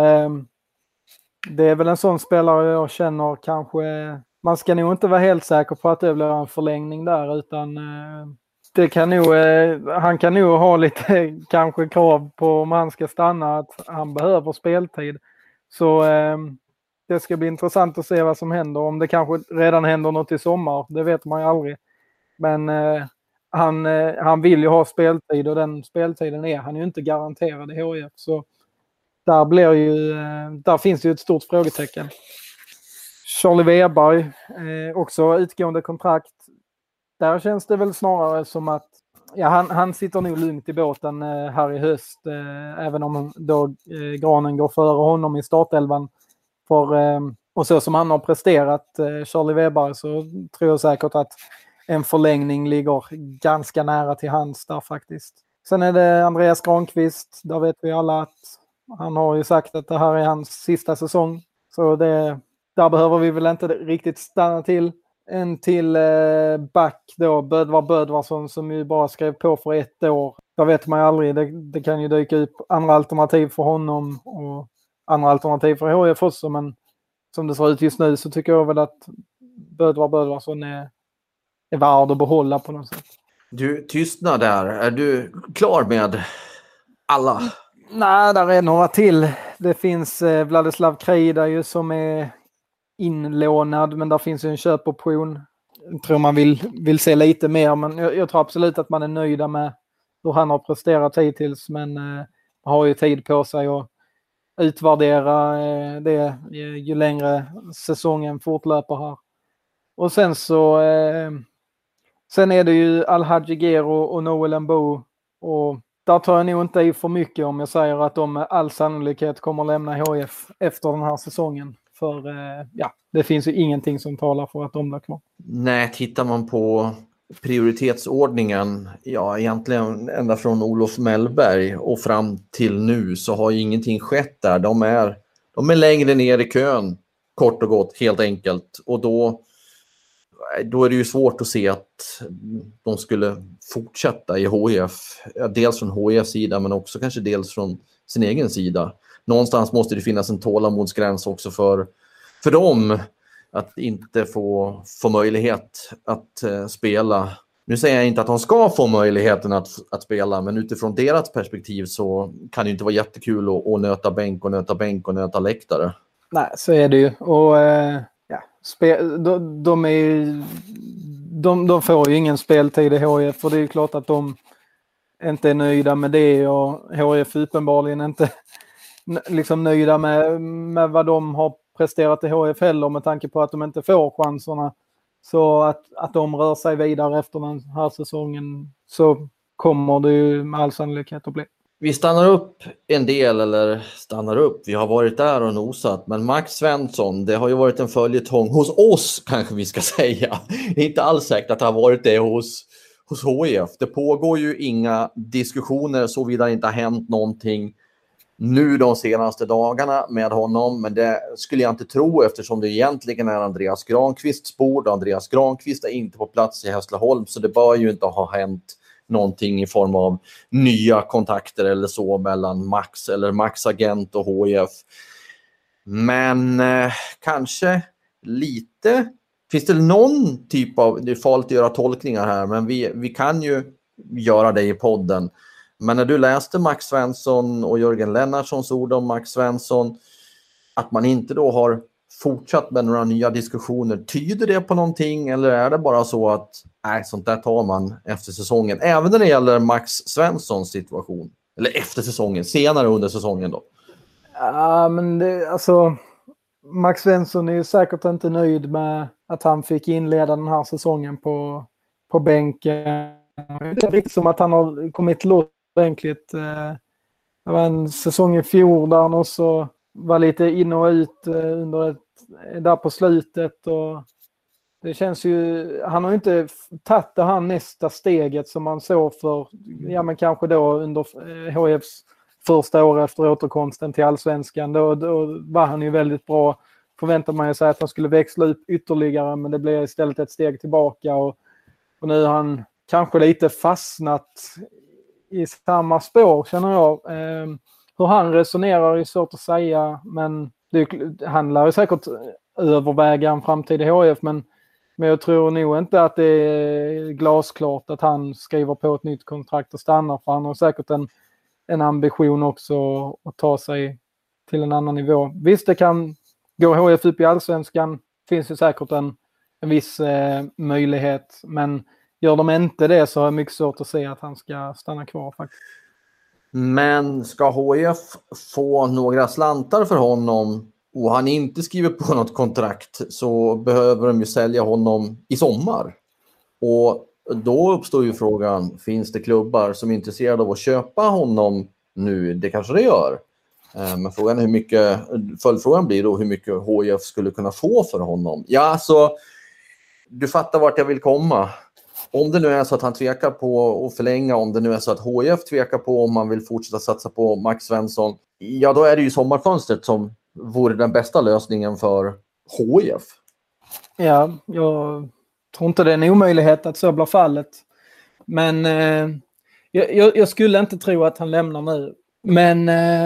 det är väl en sån spelare jag känner kanske. Man ska nog inte vara helt säker på att det blir en förlängning där, utan det kan nog, han kan nog ha lite kanske krav på om han ska stanna att han behöver speltid. Så det ska bli intressant att se vad som händer. Om det kanske redan händer något i sommar, det vet man ju aldrig. Men han vill ju ha speltid och den speltiden är han ju inte garanterad i HIF. Så där finns ju ett stort frågetecken. Charlie Weberg, också utgående kontrakt. Där känns det väl snarare som att han sitter nog lugnt i båten här i höst. Även om då Granen går före honom i startelvan. Och så som han har presterat, Charlie Weberg, så tror jag säkert att en förlängning ligger ganska nära till hands där faktiskt. Sen är det Andreas Granqvist. Där vet vi alla att han har ju sagt att det här är hans sista säsong. Så där behöver vi väl inte riktigt stanna till. En till back då, Bödvar Bödvarsson, som ju bara skrev på för 1 år. Där vet man ju aldrig. Det kan ju dyka upp andra alternativ för honom och andra alternativ för HIF också. Men som det ser ut just nu så tycker jag väl att Bödvar Bödvarsson är värd att behålla på något sätt. Du tystnar där. Är du klar med alla? Nej, där är några till. Det finns Vladislav Krejda ju som är inlånad, men där finns ju en köpoption. Jag tror man vill se lite mer, men jag tror absolut att man är nöjda med hur han har presterat hittills, men har ju tid på sig att utvärdera det ju längre säsongen fortlöper här. Och sen är det ju Al-Hadji Gero och Noel Mbo, och där tar jag nog inte i för mycket om jag säger att de med all sannolikhet kommer lämna HIF efter den här säsongen. För det finns ju ingenting som talar för att de blir kvar. Nej, tittar man på prioritetsordningen, egentligen ända från Olof Mellberg och fram till nu så har ju ingenting skett där. De är längre ner i kön, kort och gott, helt enkelt. Och då är det ju svårt att se att de skulle fortsätta i HIF. Dels från HIFs sida, men också kanske dels från sin egen sida. Någonstans måste det finnas en tålamodsgräns också för dem att inte få möjlighet att spela. Nu säger jag inte att de ska få möjligheten att spela, men utifrån deras perspektiv så kan det inte vara jättekul att nöta bänk och nöta läktare. Nej, så är det ju. Och de får ju ingen speltid i HIF, för det är ju klart att inte är nöjda med det, och HIF uppenbarligen inte liksom nöjda med vad de har presterat i HIF heller, med tanke på att de inte får chanserna. Så att de rör sig vidare efter den här säsongen, så kommer det ju med all sannolikhet att bli. Vi stannar upp en del, eller stannar upp. Vi har varit där och nosat. Men Max Svensson, det har ju varit en följetong hos oss, kanske vi ska säga. Det är inte alls säkert att det har varit det hos HIF. Det pågår ju inga diskussioner såvida det inte har hänt någonting nu de senaste dagarna med honom. Men det skulle jag inte tro, eftersom det egentligen är Andreas Granqvists bord. Andreas Granqvist är inte på plats i Hässleholm, så det bör ju inte ha hänt någonting i form av nya kontakter eller så mellan Max eller Max agent och HIF. Men kanske lite, finns det någon typ av, det är farligt att göra tolkningar här, men vi kan ju göra det i podden. Men när du läste Max Svensson och Jörgen Lennartssons ord om Max Svensson, att man inte då har fortsatt med några nya diskussioner, tyder det på någonting, eller är det bara så att sånt där tar man efter säsongen, även när det gäller Max Svenssons situation, eller efter säsongen, senare under säsongen då? Ja, men alltså Max Svensson är ju säkert inte nöjd med att han fick inleda den här säsongen på bänken. Det är riktigt som att han har kommit loss ordentligt. Det var en säsong i fjol där han också var lite in och ut där på slutet, och det känns ju, han har ju inte tagit det här nästa steget som man såg för, men kanske då under HIFs första år efter återkomsten till Allsvenskan. Då var han ju väldigt bra. Förväntade man sig att han skulle växla upp ytterligare, men det blev istället ett steg tillbaka, och nu har han kanske lite fastnat i samma spår, känner jag. Hur han resonerar är svårt att säga, men det handlar ju säkert överväga en framtid i HIF, men jag tror nog inte att det är glasklart att han skriver på ett nytt kontrakt och stannar, för han har säkert en ambition också att ta sig till en annan nivå. Visst, det kan gå HIF upp i Allsvenskan, finns ju säkert en viss möjlighet, men gör de inte det så är det mycket svårt att se att han ska stanna kvar faktiskt. Men ska HIF få några slantar för honom och han inte skriver på något kontrakt, så behöver de ju sälja honom i sommar. Och då uppstår ju frågan, finns det klubbar som är intresserade av att köpa honom nu? Det kanske det gör. Men frågan är följdfrågan blir då hur mycket HIF skulle kunna få för honom. Ja, så du fattar vart jag vill komma. Om det nu är så att han tvekar på att förlänga, om det nu är så att HIF tvekar på om man vill fortsätta satsa på Max Svensson, ja då är det ju sommarfönstret som vore den bästa lösningen för HIF. Ja, jag tror inte det är en omöjlighet att så blir fallet. Men jag skulle inte tro att han lämnar nu. Men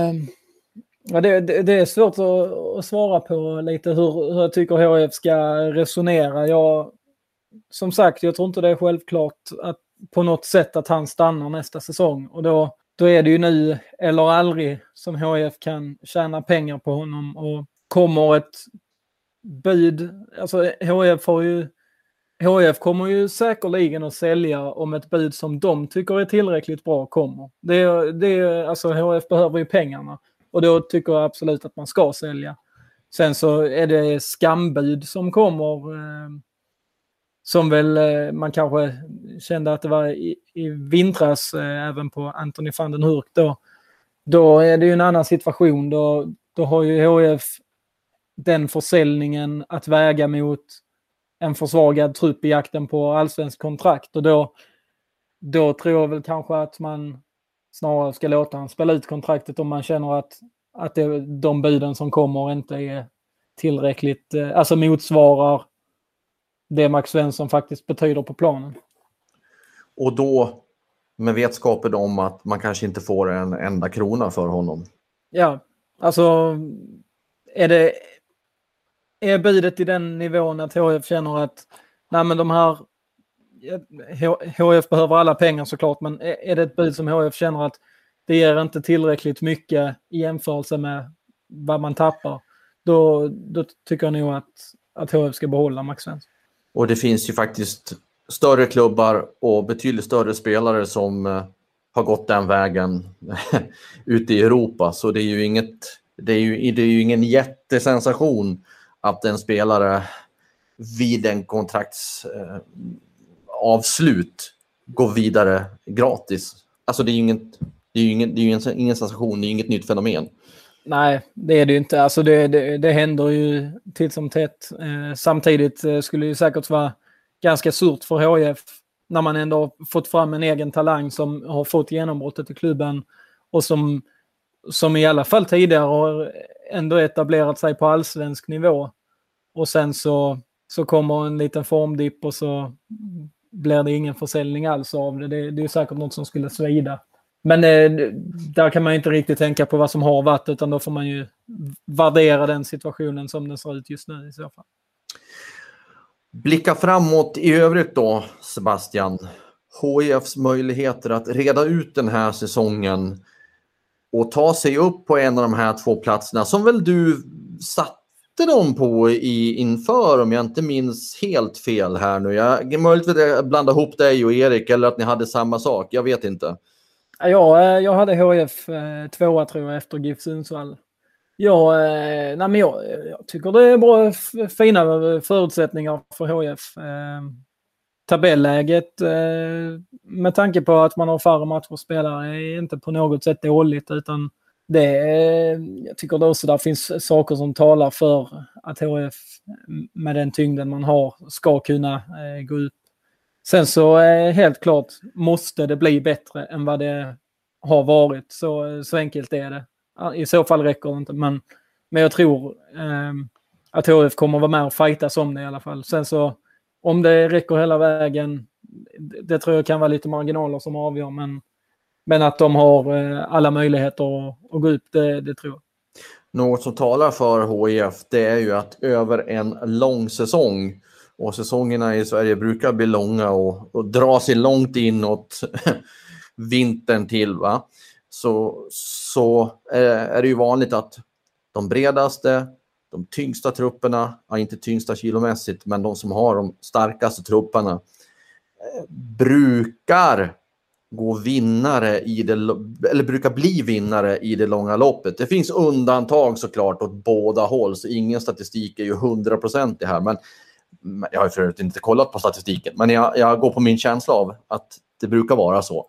det är svårt att svara på lite hur jag tycker HIF ska resonera. Som sagt, jag tror inte det är självklart att på något sätt att han stannar nästa säsong. Och då är det ju nu eller aldrig som HIF kan tjäna pengar på honom. Och kommer ett bud, alltså HIF kommer ju säkerligen att sälja om ett bud som de tycker är tillräckligt bra kommer. Alltså HIF behöver ju pengarna, och då tycker jag absolut att man ska sälja. Sen så är det skambud som kommer, som väl man kanske kände att det var i vintras även på Anthony van den Hurk. Då är det ju en annan situation. Då har ju HIF den försäljningen att väga mot en försvagad trupp i jakten på allsvensk kontrakt. Och då tror jag väl kanske att man snarare ska låta han spela ut kontraktet om man känner att de buden som kommer inte är tillräckligt, alltså motsvarar det Max Svensson faktiskt betyder på planen. Och då med vetskapen om att man kanske inte får en enda krona för honom. Ja, alltså är budet i den nivån att HIF känner att nej, men de här HIF behöver alla pengar såklart, men är det ett bud som HIF känner att det ger inte tillräckligt mycket i jämförelse med vad man tappar, då tycker jag nog att HIF ska behålla Max Svensson. Och det finns ju faktiskt större klubbar och betydligt större spelare som har gått den vägen ute i Europa. Så det är ju ingen jättesensation att en spelare vid en kontraktsavslut går vidare gratis. Alltså det är ju ingen sensation, det är inget nytt fenomen. Nej, det är det ju inte. Alltså det händer ju titt som tätt. Samtidigt skulle det säkert vara ganska surt för HIF när man ändå har fått fram en egen talang som har fått genombrottet i klubben och som i alla fall tidigare har ändå etablerat sig på allsvensk nivå. Och sen så kommer en liten formdipp och så blir det ingen försäljning alls av det. Det är säkert något som skulle svida. Men där kan man inte riktigt tänka på vad som har varit, utan då får man ju värdera den situationen som den ser ut just nu i så fall. Blicka framåt i övrigt då, Sebastian. HIFs möjligheter att reda ut den här säsongen och ta sig upp på en av de här 2 platserna som väl du satte dem på inför, om jag inte minns helt fel här nu. Jag möjligt att blanda ihop dig och Erik, eller att ni hade samma sak, jag vet inte. Jag hade HIF 2 tror jag efter GIF Sundsvall. Jag tycker det är bra, fina förutsättningar för HIF. Tabelläget med tanke på att man har färre matcher spelare är inte på något sätt dåligt, utan jag tycker det också där finns saker som talar för att HIF med den tyngden man har ska kunna gå upp. Sen så helt klart måste det bli bättre än vad det har varit. Så enkelt är det. I så fall räcker det inte. Men jag tror att HIF kommer vara med och fightas om det i alla fall. Sen så om det räcker hela vägen, det tror jag kan vara lite marginaler som avgör. Men att de har alla möjligheter att gå upp, det tror jag. Något som talar för HIF, det är ju att över en lång säsong, och säsongerna i Sverige brukar bli långa och dra sig långt inåt vintern till, va? Så är det ju vanligt att de bredaste, de tyngsta trupperna, inte tyngsta kilomässigt, men de som har de starkaste trupperna brukar gå vinnare eller brukar bli vinnare i det långa loppet. Det finns undantag såklart åt båda håll, så ingen statistik är ju 100% det här, men jag har ju förut inte kollat på statistiken, men jag går på min känsla av att det brukar vara så.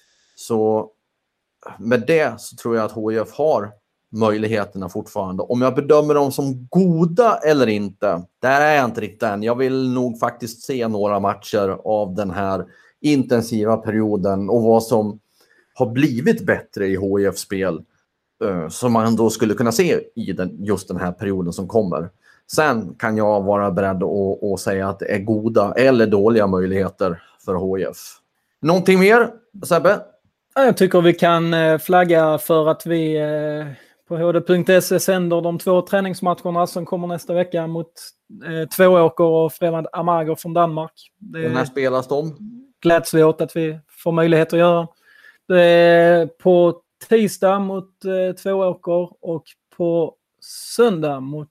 Så med det så tror jag att HIF har möjligheterna fortfarande. Om jag bedömer dem som goda eller inte, där är jag inte riktigt än. Jag vill nog faktiskt se några matcher av den här intensiva perioden och vad som har blivit bättre i HIF-spel som man då skulle kunna se i just den här perioden som kommer. Sen kan jag vara beredd att säga att det är goda eller dåliga möjligheter för HIF. Någonting mer, Sebbe? Jag tycker vi kan flagga för att vi på hd.se sänder de 2 träningsmatcherna som kommer nästa vecka mot Tvååker och Fremad Amager från Danmark. När spelas de? Gläds vi åt att vi får möjlighet att göra. Det är på tisdag mot Tvååker och på söndag mot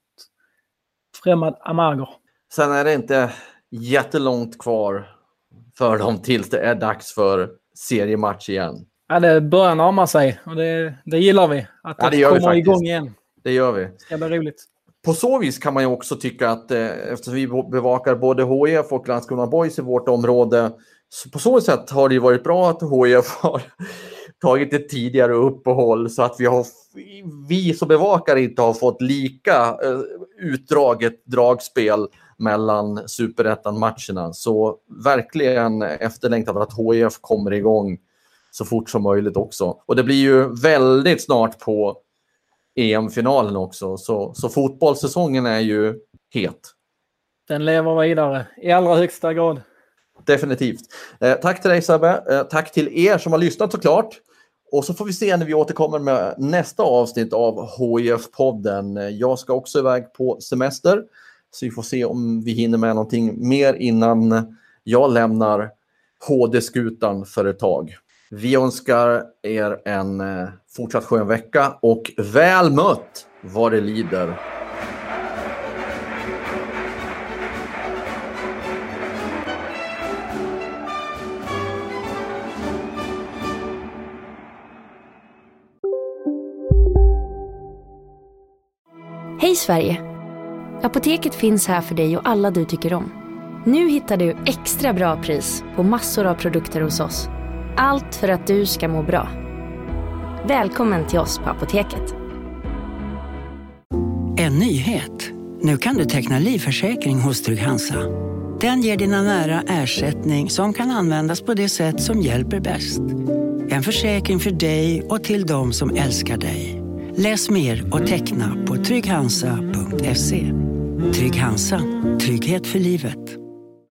Fremad Amager. Sen är det inte jättelångt kvar för dem tills det är dags för seriematch igen. Ja, det börjar närma sig och det gillar vi. Att det kommer igång igen. Det gör vi. Det ska bli roligt. På så vis kan man ju också tycka att eftersom vi bevakar både HIF och Landskrona Boys i vårt område, så på så sätt har det ju varit bra att HIF har tagit ett tidigare uppehåll så att vi som bevakar inte har fått lika utdraget dragspel mellan Superettan-matcherna. Så verkligen efterlängtat att HIF kommer igång så fort som möjligt också. Och det blir ju väldigt snart på EM-finalen också. Så fotbollssäsongen är ju het. Den lever vidare i allra högsta grad. Definitivt. Tack till dig, Sebbe. Tack till er som har lyssnat såklart. Och så får vi se när vi återkommer med nästa avsnitt av HIF-podden. Jag ska också iväg på semester. Så vi får se om vi hinner med någonting mer innan jag lämnar HD-skutan för ett tag. Vi önskar er en fortsatt skön vecka och väl mött vad det lider. Hej Sverige! Apoteket finns här för dig och alla du tycker om. Nu hittar du extra bra pris på massor av produkter hos oss. Allt för att du ska må bra. Välkommen till oss på Apoteket. En nyhet. Nu kan du teckna livförsäkring hos Trygg-Hansa. Den ger dina nära ersättning som kan användas på det sätt som hjälper bäst. En försäkring för dig och till de som älskar dig. Läs mer och teckna på trygghansa.se. Trygg-Hansa. Trygghet för livet.